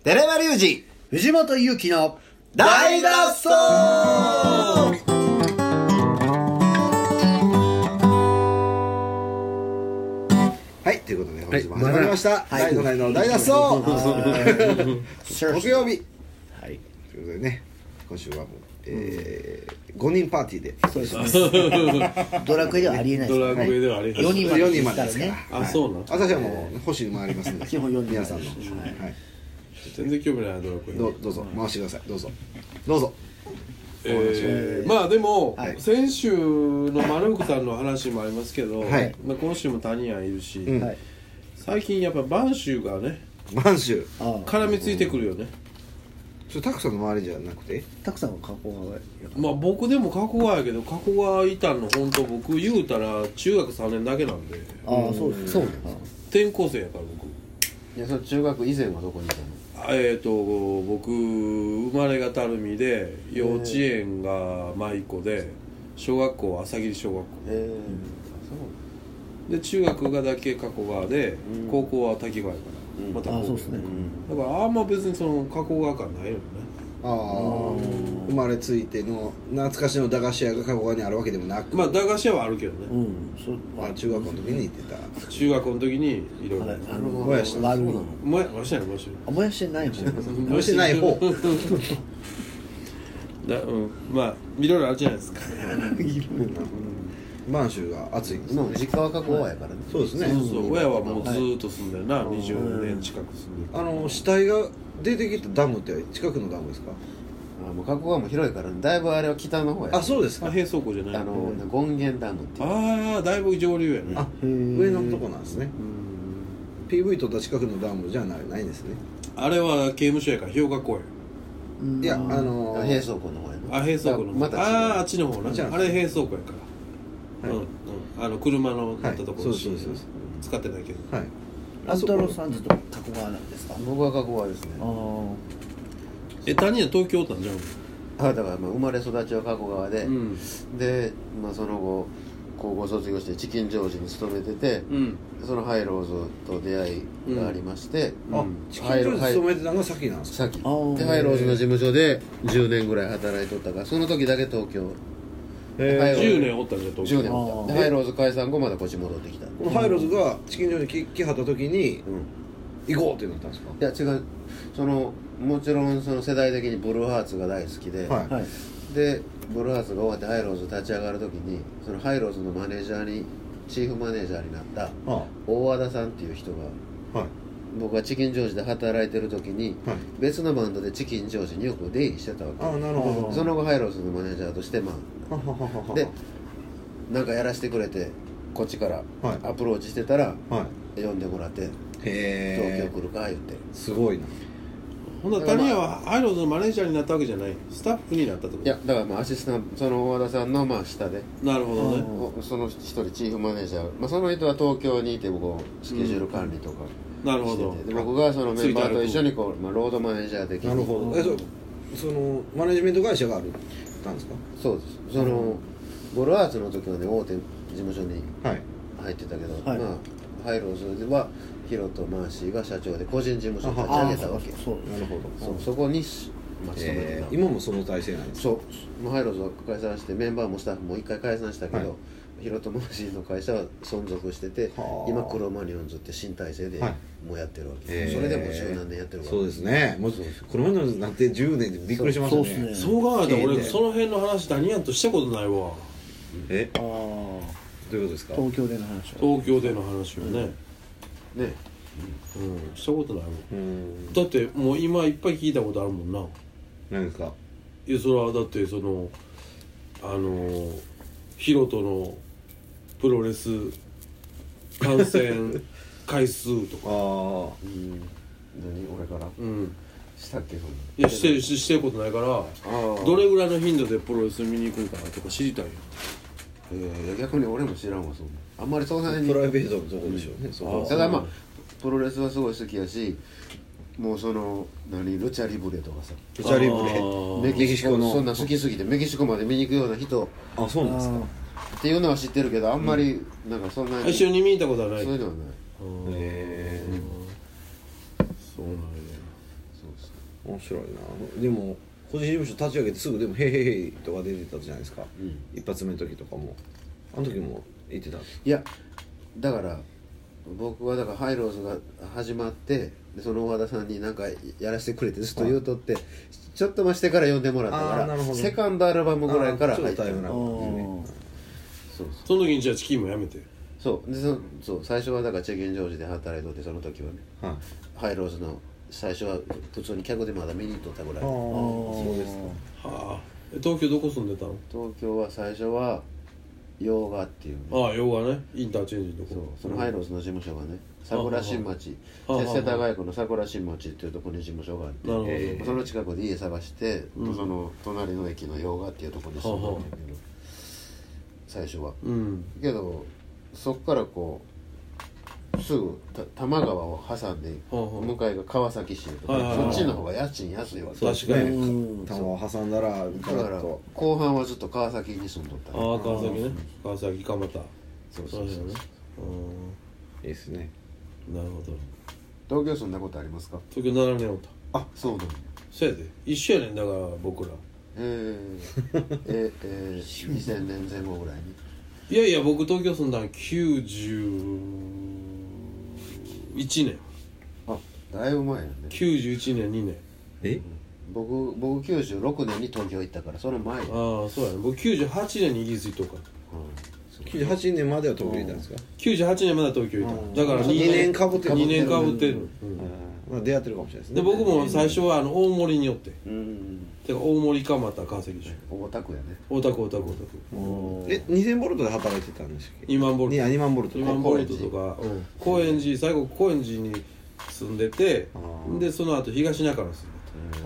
寺山隆二藤本勇樹の大脱走。 はい、ということで本日も始まりました、大都会の大脱走木曜日、はい、ということでね、今週はもう、5人パーティーで。 そうですねドラクエではありえないですからね。 ドラクエではありえない。 4人までですからね。 あ、そうなん。 私はもう星に回りますんで基本4人皆さんの、はい、 全然興味ないドラクエ。 どうぞ回してください。どうぞ。 まあでも、 はい、 先週のマルクさんの話もありますけど、 はい、 まあ、今週もタニヤンいるし、 うん、 最近やっぱ播州がね絡みついてくるよね。 それタクさんの周りじゃなくて、 たくさんの加工が、 まあ僕でも加古川やけど、加古川いたの本当僕言うたら中学3年だけなんで。 ああ、そうです。そうです。 転校生やから僕。 いや、それ中学以前はどこにいたの？ 僕生まれが垂水で、幼稚園が舞子で、小学校は朝霧小学校、 そうで中学がだけ加古川で、高校は滝川やから、また高校、 そうですね。 だからあんま別にその加古川感ないよね。 生まれついての懐かしの駄菓子屋が加古川にあるわけでもなく、 まあ駄菓子屋はあるけどね、 中学校の時に行ってた。 中学校の時にいろいろもやしもやしないもやしてない方まあいろいろあるじゃないですか播州が暑いんです、 今も実家は加古川やからね。 そうですね。 そう親はもうずーっと住んでるな、20年近く住んでる。 死体が出てきたダムって近くのダムですか？ もう加古川も広いからね、だいぶあれは北の方や。 あ、そうですか。 平倉庫じゃない。 権現ダムっていう。 ああ、だいぶ上流やね。 上のとこなんですね。PV とった近くのダムじゃないんですね。 あれは刑務所やから氷河公園。 いや、 平倉庫の方やな。 平倉庫のまた違う。 あっちの方な。あれ平倉庫やから。車の乗ったところ。 そう使ってないけど。 はい。アウトロさんずっと加古川なんですか？ 僕は加古川ですね。 谷は東京おったんじゃん。 だから生まれ育ちは加古川で、で、その後高校卒業してチキンジョージに勤めてて、そのハイローズと出会いがありまして、 チキンジョージに勤めてたのが先なんですか？ 先でハイローズの事務所で10年ぐらい働いとったから、その時だけ東京 10年おったんじゃん、東京。 10年おった。でハイローズ解散後まだこっち戻ってきた。 このハイローズがチキンジョージに来はった時に行こうってなったんですか？ いや違う、もちろんその世代的にブルーハーツが大好きで、でブルーハーツが終わってハイローズ立ち上がる時に、そのハイローズのマネージャーにチーフマネージャーになった大和田さんっていう人が、僕がチキンジョージで働いてる時に、別のバンドでチキンジョージによく出入りしてたわけ。 なるほど。 その後ハイローズのマネージャーとしてでなんかやらせてくれて、こっちからアプローチしてたら、呼んでもらって東京来るか言って。 すごいな。 ほんなら谷谷はハイローズのマネージャーになったわけじゃない、スタッフになったってこと？ いや、だからアシスタント、その大和田さんの下で。 なるほどね。 その一人チーフマネージャー、その人は東京にいて、僕スケジュール管理とかなるほど。 で僕がそのメンバーと一緒にロードマネージャー的に。 なるほど。そのマネジメント会社があるったんですか？ そうです。ボルアーツの時はね、大手事務所に入ってたけど、ハイローズはヒロとマーシーが社長で個人事務所を立ち上げたわけ。 なるほど。 そこに勤めてた。 今もその体制なんですか？ そう。ハイローズは解散して、メンバーもスタッフも一回解散したけど、ヒロとマーシーの会社は存続してて、今クロマニオンズって新体制でもうやってるわけ。それでも十何年やってるわけ。 そうですね。もうクロマニオンズなんて10年でびっくりしましたね。 そう考えたら俺その辺の話谷谷としたことないわ。 どういうことですか？ 東京での話はね。したことないもん。だってもう今いっぱい聞いたことあるもんな。 何ですか？ いや、それはだってヒロトのプロレス観戦回数とか。 何俺からしたっけ？ いや、してることないから、どれぐらいの頻度でプロレス見に行くんかなとか知りたいよ。 逆に俺も知らんわ。あんまりそんなにプライベートのとこでしょうね。 ただプロレスはすごい好きやし、もうルチャリブレとかさ、 ルチャリブレ、メキシコの、 そんな好きすぎてメキシコまで見に行くような人、 そうなんですかっていうのは知ってるけど、あんまりなんかそんなに一緒に見に行ったことはない。 そういうのはない。 そうなんや。 面白いな。でも個人事務所立ち上げてすぐでも「へいへいへい」とか出てたじゃないですか、一発目の時とかも。あの時も言ってたんですか？ いやだから僕はだからハイローズが始まってでその大和田さんに何かやらせてくれってずっと言うとって、ちょっと増してから呼んでもらったからセカンドアルバムぐらいから入ったようなその時にじゃあチキンもやめて。 そうでそう最初はだからチェキンジョージで働いとってその時はね、ハイローズの最初は普通に客でまだ見に行っとったぐらい。 そうですか。 はあ。東京どこ住んでたの？ 東京は最初は洋画っていう、ね、 ああ洋画ね、インターチェンジのとこ。 そのハイローズの事務所がね桜新町、世田谷区の桜新町っていうところに事務所があって、その近くで家探して、その隣の駅の洋画っていうところに住んだんだけど、最初は、けどそっからこうすぐ多摩川を挟んで向かいが川崎市とか、そっちの方が家賃安いわけ。 確かに多摩を挟んだらだから後半はずっと川崎に住んどった、 ああ川崎ね、川崎蒲田。 そうね。 いいですね。 なるほど。 東京住んだことありますか？ 東京7年おった。 あ、そうだね。 そうやで一緒やねんだから僕ら。 2000年前後ぐらいに。 いやいや僕東京住んだの91年。 あ、だいぶ前やね。 91年2年。 え？ 僕96年に東京行ったからその前。ああそうやね。僕98年にイギリス行っとるから。 98年までは東京にいたんですか ？98年までは東京いた。だから 2年かぶってる。 2年かぶってる。 出会ってるかもしれないですね。 で僕も最初は大森によって。てか大森蒲田川崎でしょ。 大田区やね。 大田区。 2000ボルトで働いてたんですっけ？ 2万ボルト。 2万ボルト。 2万ボルトとか、高円寺最後高円寺に住んでて、でその後東中野に住んで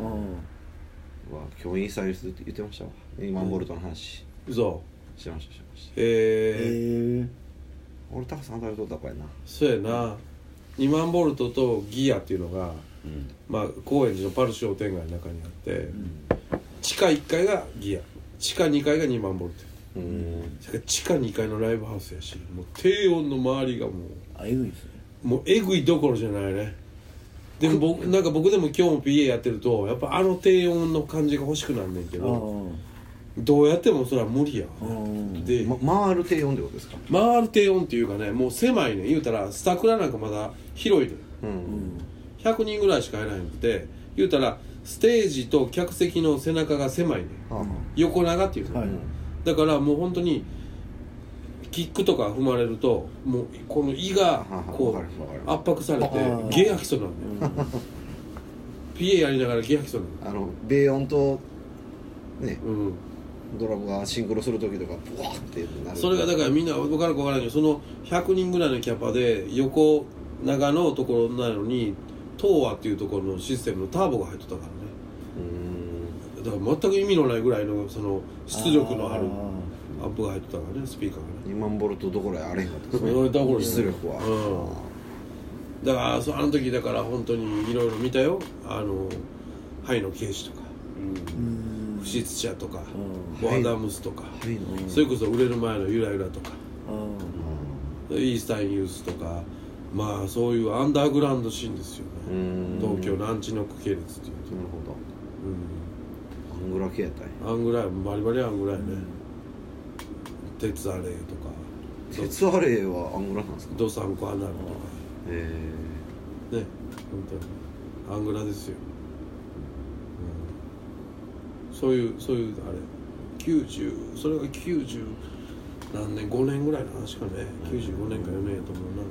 た。今日インスタニュースで言ってましたわ。2万ボルトの話。 嘘。 知らました。俺高さん働いとった子やな。 そうやな。2万ボルトとギアっていうのが、まあ高円寺のパル商店街の中にあって、地下1階がギア、地下2階が2万ボルト。地下2階のライブハウスやし、もう低音の周りがもうえぐいですね。 もうえぐいどころじゃないね。でも僕でも今日も PA やってるとやっぱあの低音の感じが欲しくなんねんけど、どうやってもそれは無理や。 で、回る低音ってことですか？ 回る低音っていうかね、もう狭いね。言うたらスタクラなんかまだ広いね。100人ぐらいしか入らへんくて、言うたらステージと客席の背中が狭いね。横長っていうか、だからもう本当にキックとか踏まれるともうこの胃がこう圧迫されてゲー吐きそうなんだよ。PA やりながらゲー吐きそうなんだよ。 米音とね、ドラムがシンクロする時とかブワーってなる。 それがだからみんな分かるか分からないけど、その100人ぐらいのキャパで横長のところなのに東亜っていうところのシステムのターボが入っとったからね。だから全く意味のないぐらいのその出力のあるアンプが入ってたからね、スピーカーがね。 2万ボルトどころやあれへんかったですね。出力は。 だからあの時だから本当にいろいろ見たよ。ハイのケージとか、不死茶とか、ボアダムスとか、それこそ売れる前のゆらゆらとか、イースタインユースとか、まあそういうアンダーグラウンドシーンですよね。東京のアンチノック系列っていうと。 なるほど。アングラ系やったんや。 アングラバリバリアングラやね。鉄アレイとか。 鉄アレイはアングラなんですか？ ドサンコアナルとか。ね、本当にアングラですよ。そういうあれ90、それが90何年5年ぐらいの話かね。95年か4年やと思うな。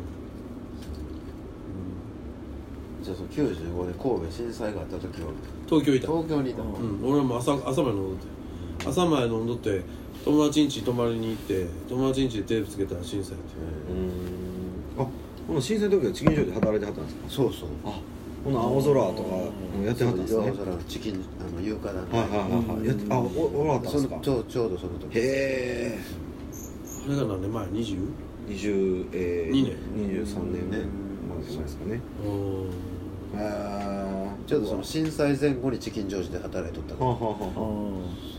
じゃあその95年神戸震災があった時は東京いた。 東京にいた。 俺も朝まで飲んどって友達ん家泊まりに行って友達ん家でテープつけたら震災って。 この震災の時はチキンショーで働いてはったんですか？ そうそう。 この青空とかもやってはったんですね。 青空のチキン夕課だね。 おらったんですか？ ちょうどその時。 へえ。 あれが何年前？22年 23年ねまでですかね。 ちょうどその震災前後にチキンジョージで働いとったから。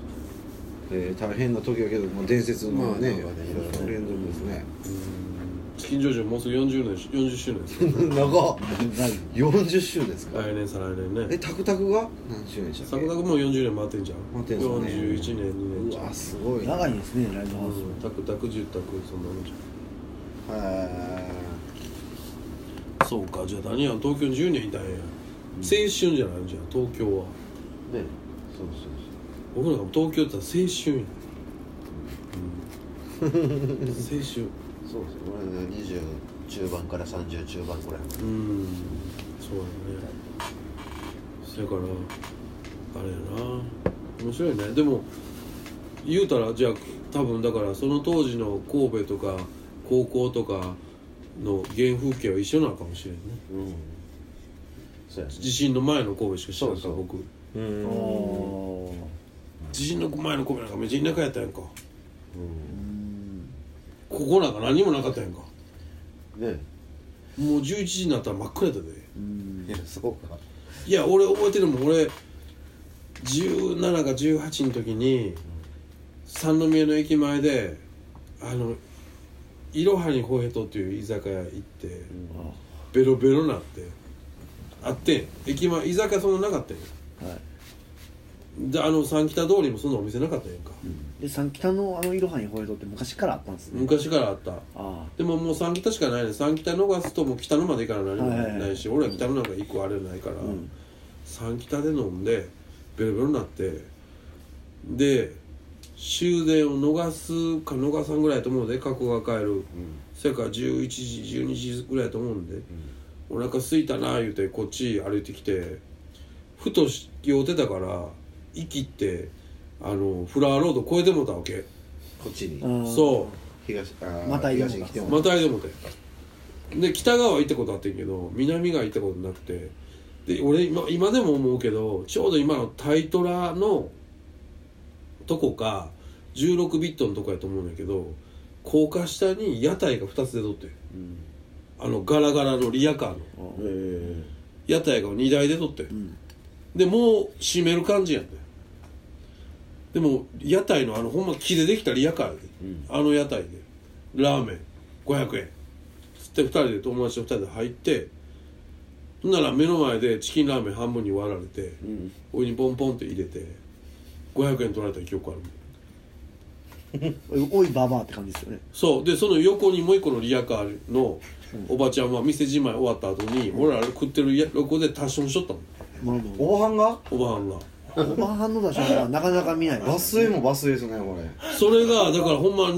大変な時だけど伝説のね連続ですね。 チキンジョージももうすぐ40周年ですよ長っ40周ですか。 来年再来年ね。 タクタクが何周年でしたっけ。 サクタクもう40年回ってんじゃん。 回ってんすかね。 41年2年うわすごい長いですねライブハウス。 タクタク10タクそんなもんじゃん。そうか、じゃあ何や東京に10年いたんや、青春じゃないじゃん東京はねそうそう僕なんか東京って言ったら青春や、青春そうです俺ね20中盤から30中盤ぐらいそうやね。そやからあれやな面白いね。でも言うたらじゃあ多分だからその当時の神戸とか高校とかの原風景は一緒なのかもしれんね。 そうやね地震の前の神戸しか知らんからそうそう僕地震の前の神戸なんかめっちゃ田舎やったやんか。ここなんか何もなかったやんか。 ねもう11時になったら真っ暗やったで。 いやそうかいや俺覚えてるもん。俺17か18の時に三宮の駅前でいろはにほへとっていう居酒屋行って、ベロベロなってあって駅前居酒屋そんななかったよ、で三北通りもそんなお店なかったやんか、 で三北のいろはにホワイトって昔からあったんですね。 昔からあった。 あでももう三北しかないね。三北逃すともう北野まで行かな何もないし、俺は北野なんか一個あれないから、三北で飲んでベロベロになってで終電を逃すか逃さんぐらいと思うで加古が帰る、それから11時12時ぐらいと思うんで、お腹空いたな言うてこっち歩いてきてふと酔うてたから息ってフラワーロード越えてもうたわけ。 こっちにそうまた東に来てもまたいでもてで北側行ったことあってんけど南側行ったことなくて、で俺今でも思うけどちょうど今のタイトラのとこか16ビットのとこやと思うんだけど高架下に屋台が2つ出とって、ガラガラのリアカーの屋台が2台出とって、でもう閉める感じやんね。でも屋台のほんま木でできたリアカーで、屋台でラーメン500円つって2人で友達と2人で入って、ほんなら目の前でチキンラーメン半分に割られて、お湯にポンポンって入れて500円取られた記憶ある。 おいババアって感じですよね。 そうでその横にもう一個のリアカーのおばちゃんは店じまい終わった後に、俺ら食ってる横でタッションしとったもん。 なるほど。 おばはんがおばはんがおばはんの出し物はなかなか見ないバスへもバスへですねこれ。 それがだからほんま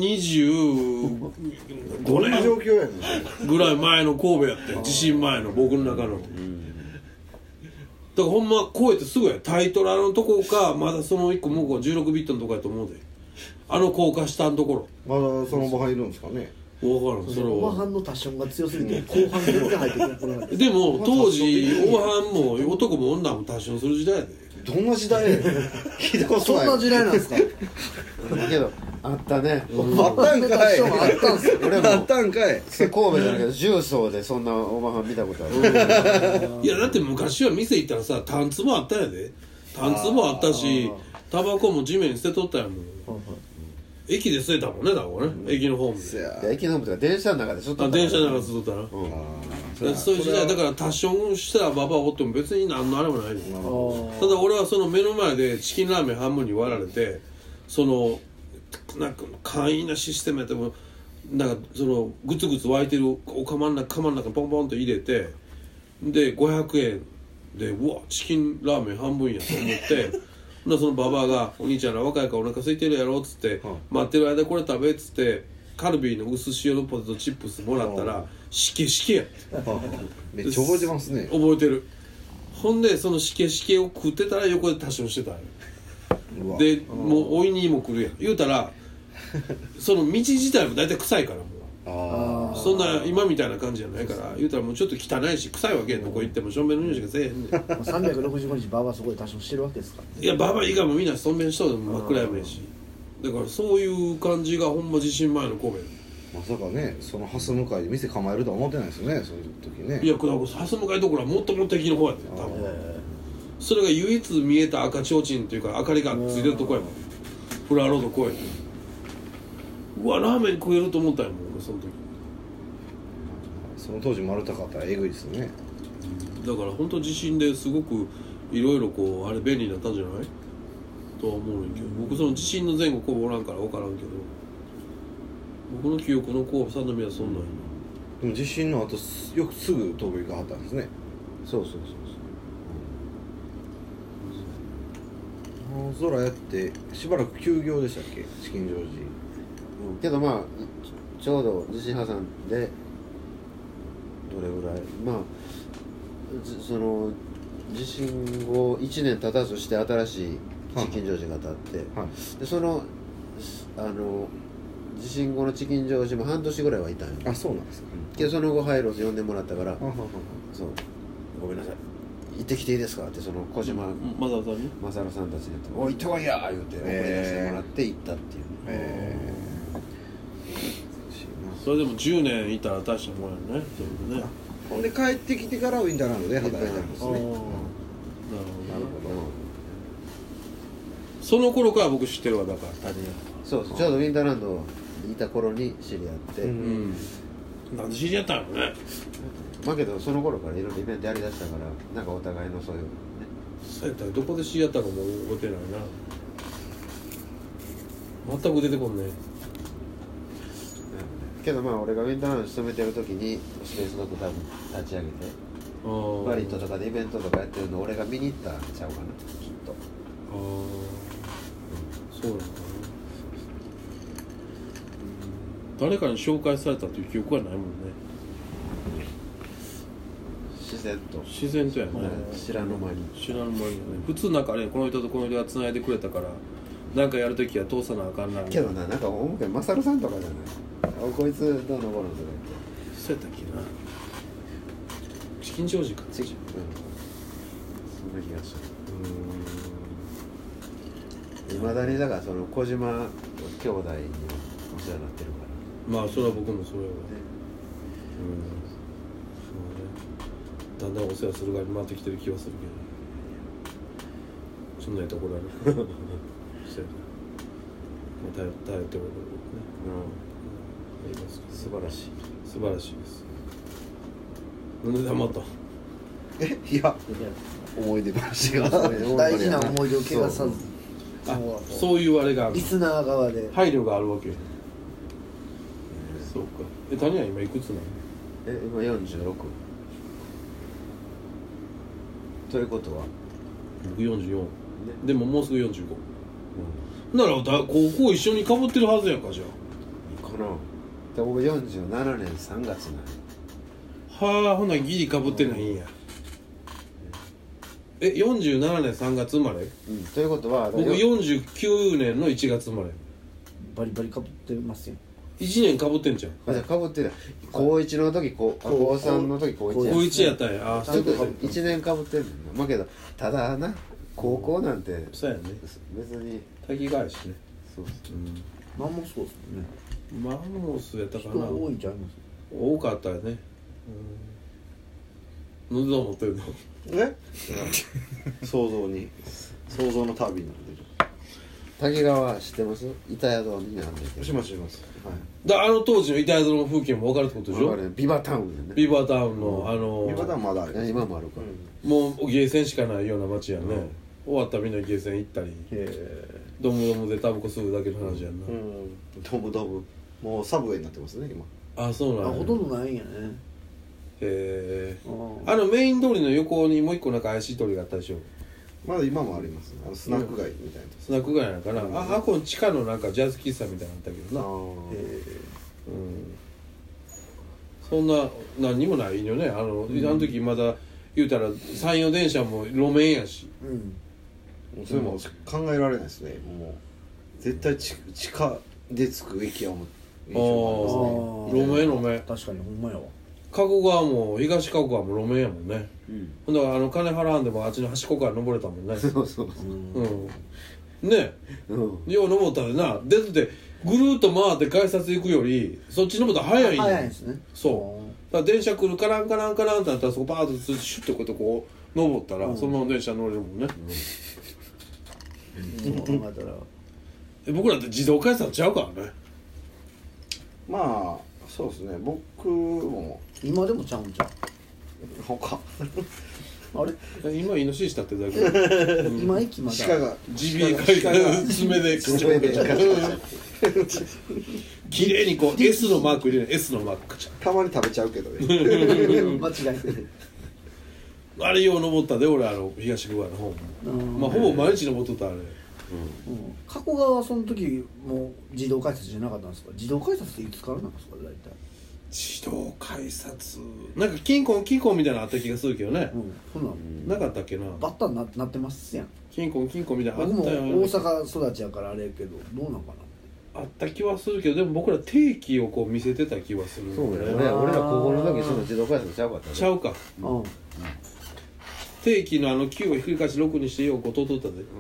25 どんな状況やねんぐらい前の神戸やって地震前の僕の中の、だからほんま越えてすぐやタイトラのとこかまだその1個向こう16ビットのとこやと思うで高架下のとこまだそのおばはんいるんですかね。 ろ分からんそれおばははんのタッションが強すぎて後半全然入ってくるこれなんです。 でも当時おばはんも男も女もタッションする時代やで。 どんな時代聞いたことない。 そんな時代なんですか。 だけどあったねあったんかい。 あったんすよ。 俺もあったんかい。 神戸じゃないけど重曹でそんなおばはん見たことあるいやだって昔は店行ったらさタンツボあったやで。タンツボあったしタバコも地面に捨てとったやもん。駅で捨てたもんねだからね、駅のホームで。 いや駅のホームとか電車の中でちょっと電車の中で捨てとったな、そういう時代だからタッションしたらババアおっても別に何のあれもないね。ただ俺はその目の前でチキンラーメン半分に割られてそのなんか簡易なシステムやってもなんかそのグツグツ沸いてるお釜の中にポンポンと入れてで500円でうわチキンラーメン半分やと思ってそのババアが「お兄ちゃんら若いからお腹空いてるやろ」っつって「待ってる間これ食べ」っつってカルビーの薄塩のポテトチップスもらったらしけしけやってめっちゃ覚えてますね。 覚えてる。ほんでそのしけしけを食ってたら横でタッションしてたんよ。でもうおいにも来るやん言うたらその道自体も大体臭いからもうそんな今みたいな感じじゃないから言うたらもうちょっと汚いし臭いわけやんどこ行ってもしょんべんの匂いしかせえへんねん 365日ババアそこで多少してるわけですか。 いやババア以外もみんなしょんべんしとる真っ暗闇やしだからそういう感じがほんま地震前の神戸。 まさかねその蓮向かいで店構えるとは思ってないですよねそういう時ね。 いや蓮向かいところはもっともっと敵の方やで多分それが唯一見えた赤ちょうちんっていうか明かりがついてるとこやもんフラワーロード公園うわラーメン食えると思ったんやもん俺その時その当時丸太買ったらえぐいですよね。 だから本当地震ですごくいろいろこうあれ便利になったんじゃないとは思うんやけど、僕その地震の前後こうおらんから分からんけど、僕の記憶のこう三宮はそんなんやでも地震の後よくすぐ東京行かはったんですね。 そうそうそう青空やってしばらく休業でしたっけ、チキンジョージ。 けどまあちょうど地震挟んでどれぐらいまあその地震後1年経たずして新しいチキンジョージが建って、 はい、 でその地震後のチキンジョージも半年ぐらいはいたんよ。 あ、そうなんですか。 けどその後ハイローズ呼んでもらったからはそうごめんなさい行ってきていいですかってその小島まださんにマサルさんたちに言って「おい行ってこいや!」言うて送り出してもらって行ったっていう、 それでも10年いたら大したもんやね、それでね。 ほんで帰ってきてからウィンターランドで働いたんですね。 なるほど。 なるほど。 その頃から僕知ってるわ、だから谷そうそうちょうどウィンターランドにいた頃に知り合って、 うんなんで知り合ったのね。 まあけどその頃からいろいろイベントやりだしたからなんかお互いのそういうねそうやったらどこで知り合ったかも覚えてないな。全く出てこんね。 けどまあ俺がウィンターランドに勤めてる時にスペースドッグ多分立ち上げてバリットとかでイベントとかやってるの俺が見に行ったんちゃうかなきっと。 ああ、そうなのかな。誰かに紹介されたという記憶はないもんね。 自然と自然とやね。 知らぬ間に知らぬ間にね。普通なんかね、この人とこの人が繋いでくれたからなんかやるときは通さなあかんな。 けどな、なんか思うけどマサルさんとかじゃないこいつどうのこうのとか言ってそうやったっけな。チキンジョージか。 そんな気がする。いまだにだからその小島兄弟にお世話になってるからまあそれは僕もそれはね。そうね。だんだんお世話する側に回ってきてる気はするけど。そんなやったら怒られる。そうやね。まあ頼ってもらうね。ありますけど。 素晴らしい素晴らしいです。なんで黙った？ いや思い出話が大事な思い出を怪我さずそういうあれがある。 リスナー側で配慮があるわけ。そうか。谷は今いくつなの？ 今46ということは僕44、でももうすぐ45、なら高校一緒にかぶってるはずやんか。じゃかなで僕47年3月なあはあ、ほなギリかぶってないんや。47年3月生まれ、 ということは僕49年の1月生まれ。 バリバリかぶってますよ。 1年かぶってんじゃん。 じゃあかぶってない高1の時高3の時高1 高1やったんや。あ、 ちょっと1年かぶってんねんなまあけどただな高校なんてそうやね。 別に滝がやしね。 そうなんもそうですもんね。 マンモスやったか人な。 多いんちゃいます？ 多かったよね。なんで思ってるの？ 想像の旅になってる。 滝川知ってます？板宿にあんねんけどします。はい。 あの当時の板宿の風景も分かるってことでしょ？ ビバタウンでねビバタウンのビバタウンまだある。 今もあるからもうゲーセンしかないような街やね。終わったらみんなゲーセン行ったり、ドムドムでタバコ吸うだけの話やんな。 ドムもうサブウェイになってますね今。 あ、そうなんや。 ほとんどないんやね。 へえ。メイン通りの横にもう一個なんか怪しい通りがあったでしょ？ まだ今もあります。スナック街みたいな。 スナック街なんかな。あこの地下のなんかジャズ喫茶みたいなのあったけどな。そんな何にもないよね。あの時まだ言うたら山陽電車も路面やし。 それも考えられないですね。もう絶対地下で着く駅はもう印象がありますね。 路面。 確かにほんまやわ。 加古川も東加古川も路面やもんね。ほんだから金払わんでもあっちの端っこから登れたもんね。 そうねよう登ったでな。でってぐるーっと回って改札行くよりそっち登ったら早いんや。 早いですね。 そうだから電車来るカランカランカランってなったらそこバーッとシュッとこうやってこう登ったらそのまま電車乗れるもんね。 そう考えたら僕らって自動改札ちゃうからね。 まあそうですね。僕も今でもちゃうんちゃう他あれ今イノシシ立ってるだけ今駅まだ鹿がジビエ界が爪で爪でガチャガチャ綺麗にこう S のマーク入れる S のマークたまに食べちゃうけどね。 間違えてるあれよう登ったで俺東久保の方まあほぼ毎日登っとったあれ加古川はその時もう自動改札じゃなかったんですか？自動改札っていつからなんですか大体？ 自動改札なんか金庫みたいなのあった気がするけどね、 そんなんなかったっけなバッタになってますやん。 金庫みたいなのあ僕もったよ大阪育ちやからあれやけどどうなんかな。 あった気はするけどでも僕ら定期をこう見せてた気はするそうね俺ら高校の時その自動改札ちゃうかったねちゃうか定期の9をひっくり返し6にしてようこう通っとったでなんか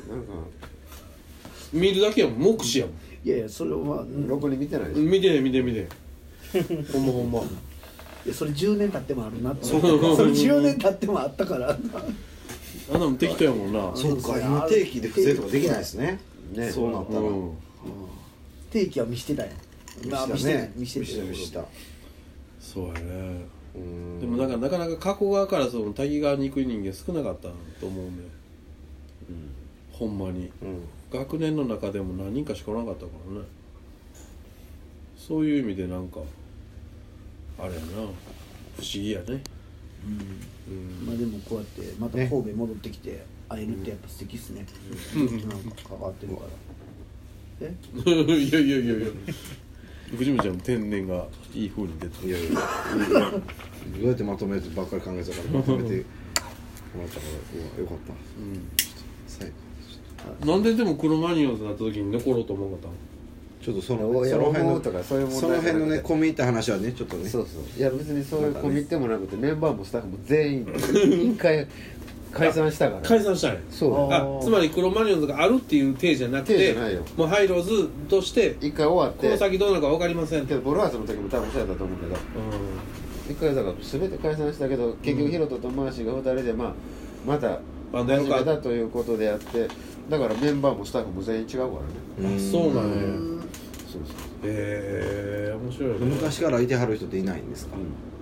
見るだけやもん目視やもんいやいやそれは、 ろくに見てないでしょ見てねほんまいやそれ10年経ってもあるなってそうそれ10年経ってもあったからあんなもん適当やもんなそうか、今定期で不正とかできないですね。 ねそうなったら。 定期は見してたやん。見してない見して見した。 そうやねうんでもなんかなかなか加古川からその滝川に行く人間少なかったと思うねほんまに学年の中でも何人かしかおらなかったからねそういう意味でなんかあれやな不思議やねまあでもこうやってまた神戸戻ってきて会えるってやっぱ素敵っすね。なんか関わってるからいや藤本ちゃんの天然がいい風に出ていやいや、どうやってまとめるばっかり考えてたからまとめてもらったからよかった。最後なんででもクロマニオンズになった時に残ろうと思うかったのちょっとそのいや辺の思うとかそういう問題その辺のねじゃなくて込み入った話はねちょっとね。 そういや別にそういうコミってもなくてメンバーもスタッフも全員一回解散したから解散したんやそうあつまりクロマニオンズがあるっていう体じゃなく体てじゃないよもうハイローズとして一回終わってこの先どうなるか分かりませんけどボロハーツの時も多分そうやったと思うけど一回だから全て解散したけど結局ヒロトとマーシーが2人でまたバンドやろうか始めたということでやってだからメンバーもスタッフも全員違うからねあそうなんやそう面白いね昔からいてはる人っていないんですか。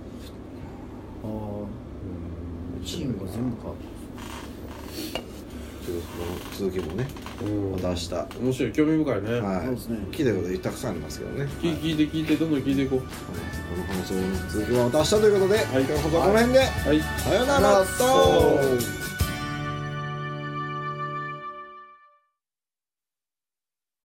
チームが全部変わっちょっとその続きもねまた明日。 面白い興味深いねはい。 そうですね聞いたことたくさんありますけどね。 聞いてどんどん聞いていこうこの放送の続きはまた明日ということで、今日の放送はこの辺で、 はいさよならと。